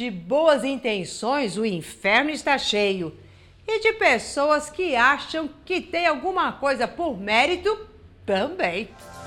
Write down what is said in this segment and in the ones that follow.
De boas intenções, o inferno está cheio. E de pessoas que acham que tem alguma coisa por mérito, também.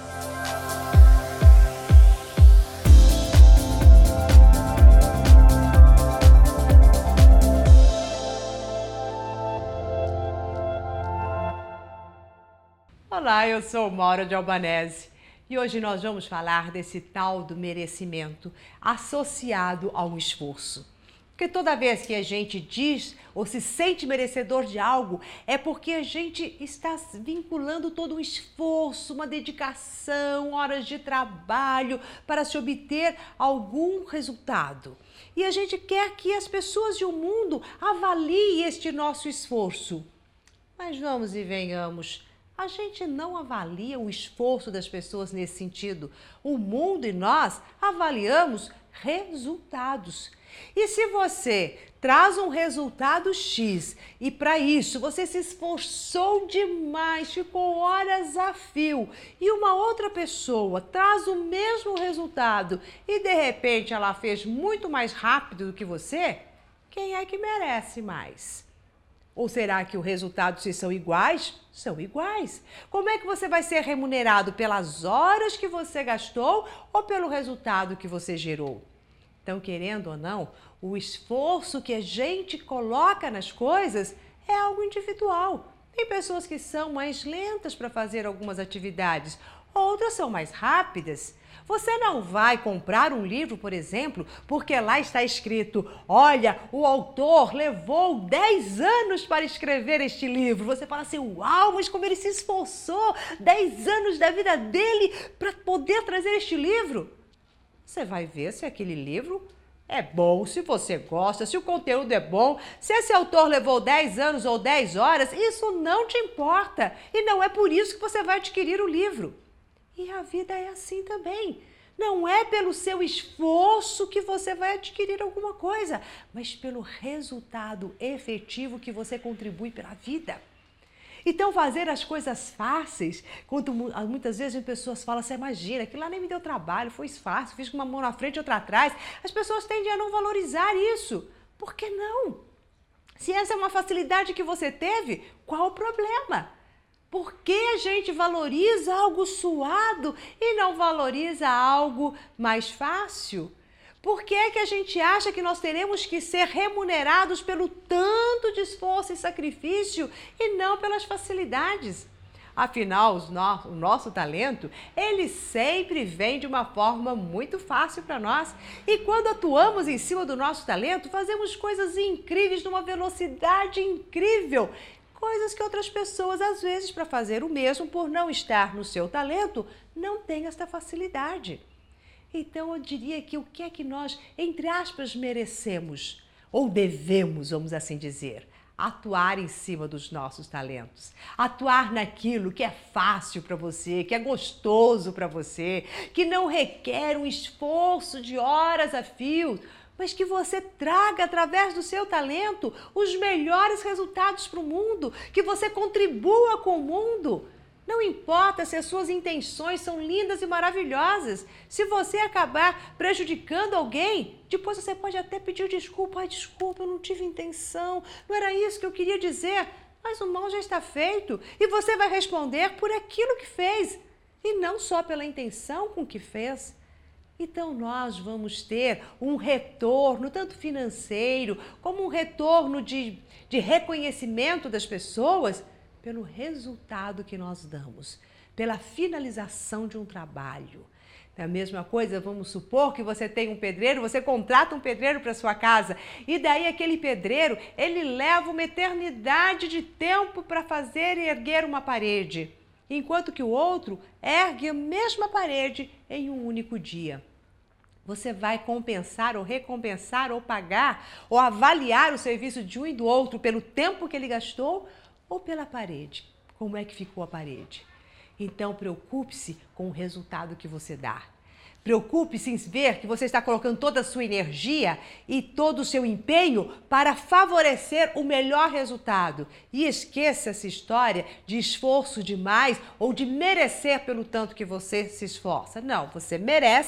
Olá, eu sou Maura de Albanese e hoje nós vamos falar desse tal do merecimento associado ao esforço. Porque toda vez que a gente diz ou se sente merecedor de algo, é porque a gente está vinculando todo um esforço, uma dedicação, horas de trabalho para se obter algum resultado. E a gente quer que as pessoas e o mundo avaliem este nosso esforço. Mas vamos e venhamos. A gente não avalia o esforço das pessoas nesse sentido. O mundo e nós avaliamos resultados. E se você traz um resultado X e para isso você se esforçou demais, ficou horas a fio, e uma outra pessoa traz o mesmo resultado e de repente ela fez muito mais rápido do que você, quem é que merece mais? Ou será que os resultados, se são iguais? São iguais. Como é que você vai ser remunerado? Pelas horas que você gastou ou pelo resultado que você gerou? Então, querendo ou não, o esforço que a gente coloca nas coisas é algo individual. Tem pessoas que são mais lentas para fazer algumas atividades, outras são mais rápidas. Você não vai comprar um livro, por exemplo, porque lá está escrito: olha, o autor levou 10 anos para escrever este livro. Você fala assim: uau, mas como ele se esforçou 10 anos da vida dele para poder trazer este livro. Você vai ver se aquele livro é bom, se você gosta, se o conteúdo é bom, se esse autor levou 10 anos ou 10 horas, isso não te importa. E não é por isso que você vai adquirir o livro. E a vida é assim também. Não é pelo seu esforço que você vai adquirir alguma coisa, mas pelo resultado efetivo que você contribui para a vida. Então, fazer as coisas fáceis, quando muitas vezes as pessoas falam assim: imagina, aquilo lá nem me deu trabalho, foi fácil, fiz com uma mão na frente e outra atrás. As pessoas tendem a não valorizar isso. Por que não? Se essa é uma facilidade que você teve, qual o problema? Por que a gente valoriza algo suado e não valoriza algo mais fácil? Por que é que a gente acha que nós teremos que ser remunerados pelo tanto de esforço e sacrifício e não pelas facilidades? Afinal, o nosso talento, ele sempre vem de uma forma muito fácil para nós. E quando atuamos em cima do nosso talento, fazemos coisas incríveis numa velocidade incrível. Coisas que outras pessoas, às vezes, para fazer o mesmo, por não estar no seu talento, não têm esta facilidade. Então, eu diria que o que é que nós, entre aspas, merecemos, ou devemos, vamos assim dizer, atuar em cima dos nossos talentos, atuar naquilo que é fácil para você, que é gostoso para você, que não requer um esforço de horas a fio, mas que você traga através do seu talento os melhores resultados para o mundo, que você contribua com o mundo. Não importa se as suas intenções são lindas e maravilhosas, se você acabar prejudicando alguém, depois você pode até pedir desculpa: ai, desculpa, eu não tive intenção, não era isso que eu queria dizer, mas o mal já está feito e você vai responder por aquilo que fez e não só pela intenção com que fez. Então, nós vamos ter um retorno, tanto financeiro, como um retorno de reconhecimento das pessoas, pelo resultado que nós damos, pela finalização de um trabalho. É a mesma coisa, vamos supor que você tem um pedreiro, você contrata um pedreiro para sua casa, e daí aquele pedreiro, ele leva uma eternidade de tempo para fazer e erguer uma parede, enquanto que o outro ergue a mesma parede em um único dia. Você vai compensar ou recompensar ou pagar ou avaliar o serviço de um e do outro pelo tempo que ele gastou ou pela parede? Como é que ficou a parede? Então, preocupe-se com o resultado que você dá. Preocupe-se em ver que você está colocando toda a sua energia e todo o seu empenho para favorecer o melhor resultado. E esqueça essa história de esforço demais ou de merecer pelo tanto que você se esforça. Não, você merece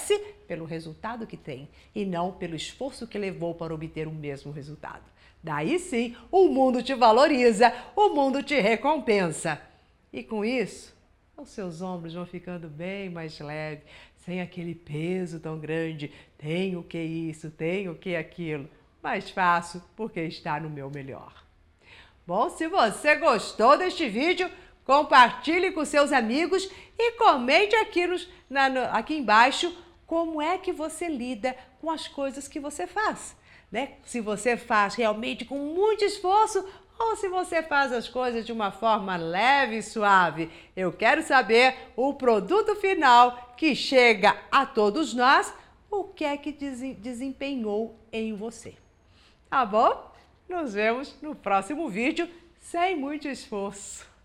pelo resultado que tem e não pelo esforço que levou para obter o mesmo resultado. Daí sim, o mundo te valoriza, o mundo te recompensa. E com isso, os seus ombros vão ficando bem mais leves, sem aquele peso tão grande. Tenho que isso, tenho que aquilo. Mais fácil, porque está no meu melhor. Bom, se você gostou deste vídeo, compartilhe com seus amigos e comente aqui embaixo como é que você lida com as coisas que você faz, né? Se você faz realmente com muito esforço ou se você faz as coisas de uma forma leve e suave. Eu quero saber o produto final que chega a todos nós, o que é que desempenhou em você. Tá bom? Nos vemos no próximo vídeo sem muito esforço.